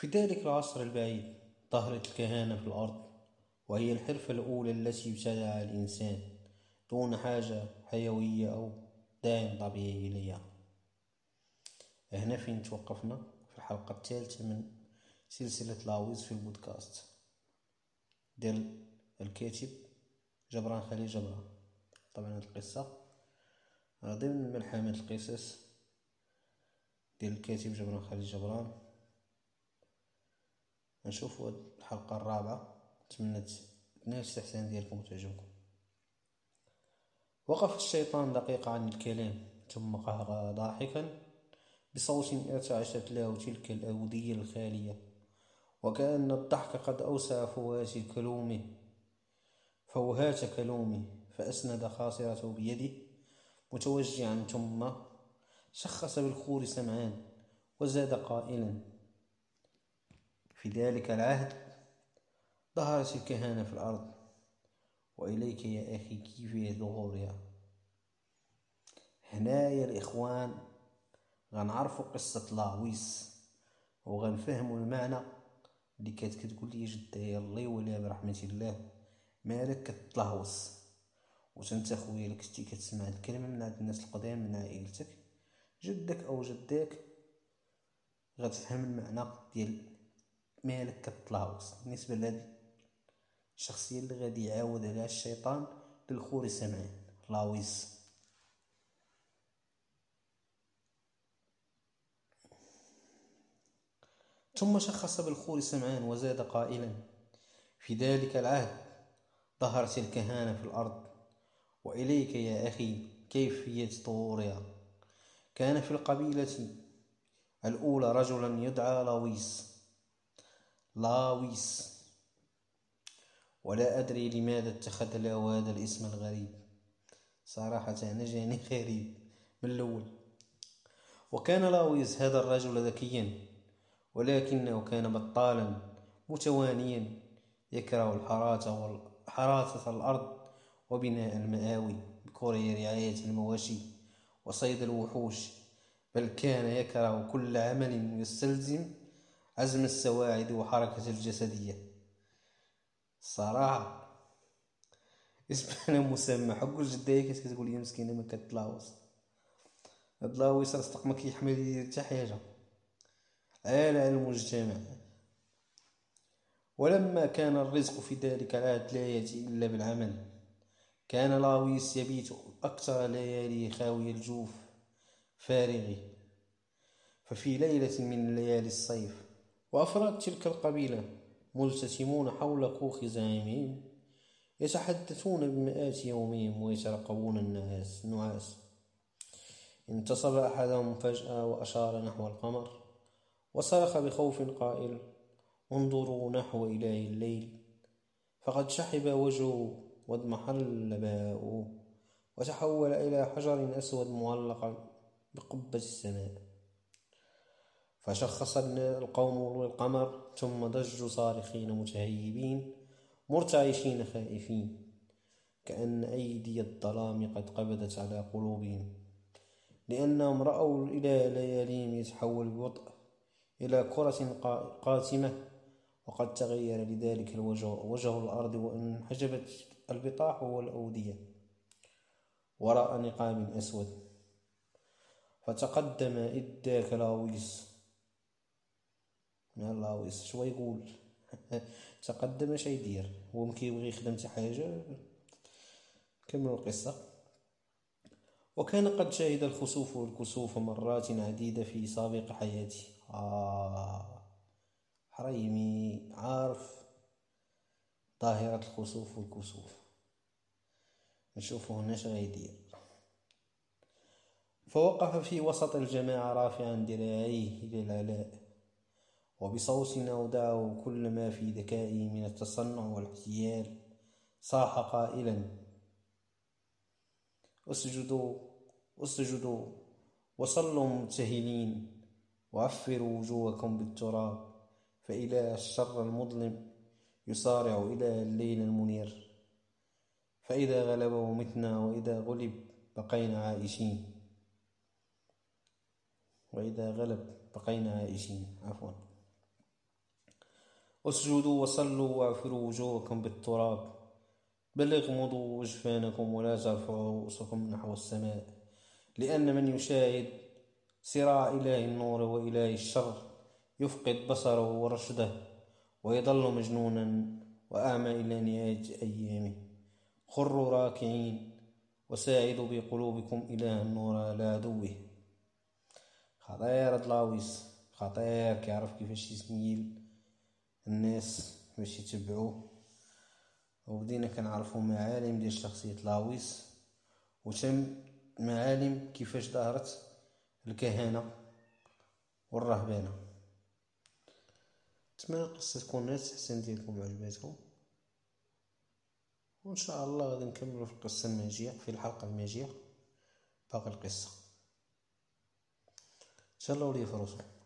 في ذلك العصر البعيد ظهرت الكهانة في الأرض، وهي الحرفة الأولى التي ابتدعها الإنسان دون حاجة حيوية أو داعي طبيعي إليها. هنا فين توقفنا في الحلقة الثالثة من سلسلة لاويز في البودكاست ديال الكاتب جبران خليل جبران. طبعا هذه القصة ضمن ملحمة القصص ديال الكاتب جبران خليل جبران. نشوفوا الحلقة الرابعة، نتمنى تنال الاستحسان ديالكم وتعجبكم. وقف الشيطان دقيقة عن الكلام، ثم قهقه ضاحكا بصوت ارتعشت له تلك الأودية الخالية، وكأن الضحك قد أوسع فوهات كلومه، فأسند خاصرته بيده متوجعا، ثم شخص بالخور سمعان وزاد قائلا: في ذلك العهد ظهرت الكهانة في الأرض، وإليك يا أخي كيفية ظهورها. هنايا الإخوان غنعرفوا قصة لاويس وغنفهموا المعنى اللي كانت كتقول لي جدايا الله يوليها برحمة الله: مالك كتلهوص؟ وانت خويا اللي كنتي كتسمع الكلمة من عند الناس القدام من عائلتك، جدك او جداك، غتفهم المعنى ديال مالك كتلهوص بالنسبة لهاد الشخصية اللي غادي يعاود عليها الشيطان للخوري سمعان لاويس. ثم شخص بالخور سمعان وزاد قائلا: في ذلك العهد ظهرت الكهانة في الأرض، وإليك يا أخي كيفية ظهورها. كان في القبيلة الأولى رجلا يدعى لاويس، ولا أدري لماذا اتخذ له هذا الاسم الغريب. صراحة أنا جاني غريب من الأول. وكان لاويس هذا الرجل ذكيا، ولكنه كان بطالا متوانيا، يكره حراثة الأرض وبناء المآوي، بكره رعاية المواشي وصيد الوحوش، بل كان يكره كل عمل يستلزم عزم السواعد وحركة الجسدية. الصراحة اسم أنا مسمى حق جدايا كتقول لي مسكينة ما كتلاوص. هاد لاويس رصدق ما كيحمل يدير حتى حاجة على المجتمع. ولما كان الرزق في ذلك العهد لا يأتي إلا بالعمل، كان لاويس يبيت أكثر ليالي خاوي الجوف فارغ. ففي ليلة من ليالي الصيف، وأفراد تلك القبيلة ملتسمون حول كوخ زعيمهم يتحدثون بمئات يومهم ويترقبون النعاس، انتصب أحدهم فجأة وأشار نحو القمر وصرخ بخوف قائل: انظروا نحو إله الليل، فقد شحب وجهه واضمحل باؤه وتحول إلى حجر أسود معلق بقبة السماء. فشخص القوم للقمر، ثم ضجوا صارخين متهيبين مرتعشين خائفين، كأن أيدي الظلام قد قبضت على قلوبهم، لأنهم رأوا إلى لياليهم يتحول ببطء إلى كرة قاتمة، وقد تغير لذلك وجه الأرض، وانحجبت البطاح والأودية وراء نقاب أسود. فتقدم إذاك لاويس شو يقول تقدم شي يدير، هو مكيبغي يخدم شي حاجة. كملوا القصة. وكان قد شهد الخسوف والكسوف مرات عديدة في سابق حياته. حريمي عارف ظاهرة الخسوف والكسوف. نشوفه هنا شغيدير. فوقف في وسط الجماعة رافعا ذراعيه إلى العلاء، وبصوت أودعه كل ما في ذكائه من التصنع والاحتيال صاح قائلا: اسجدوا وصلوا مبتهلين، وعفروا وجوهكم بالتراب، فإله الشر المظلم يسارع إلى الليل المنير، فإذا غلبه متنا، وإذا غلب بقينا عائشين. عفوا. اسجدوا وصلوا واعفروا وجوهكم بالتراب، بل اغمضوا أجفانكم ولا ترفعوا رؤوسكم نحو السماء، لأن من يشاهد صراع إله النور وإله الشر يفقد بصره ورشده ويظل مجنونا وأعمى إلى نهاية أيامه. خروا راكعين وساعدوا بقلوبكم إله النور على عدوه. خطير دلاويس، خطير، كيعرف كيفاش يسنيل الناس باش يتبعوه. وبدينا كنعرفو معالم ديال شخصية لاويس، وتم معالم كيفاش ظهرت الكهنة والرهبانة. نتمنى القصة تكون نالت الإحسان ديالكم وعجباتكم، وإن شاء الله غادي نكملو في القصة الماجية في الحلقة الماجية باقي القصة. تهلاو ليا في راسكم.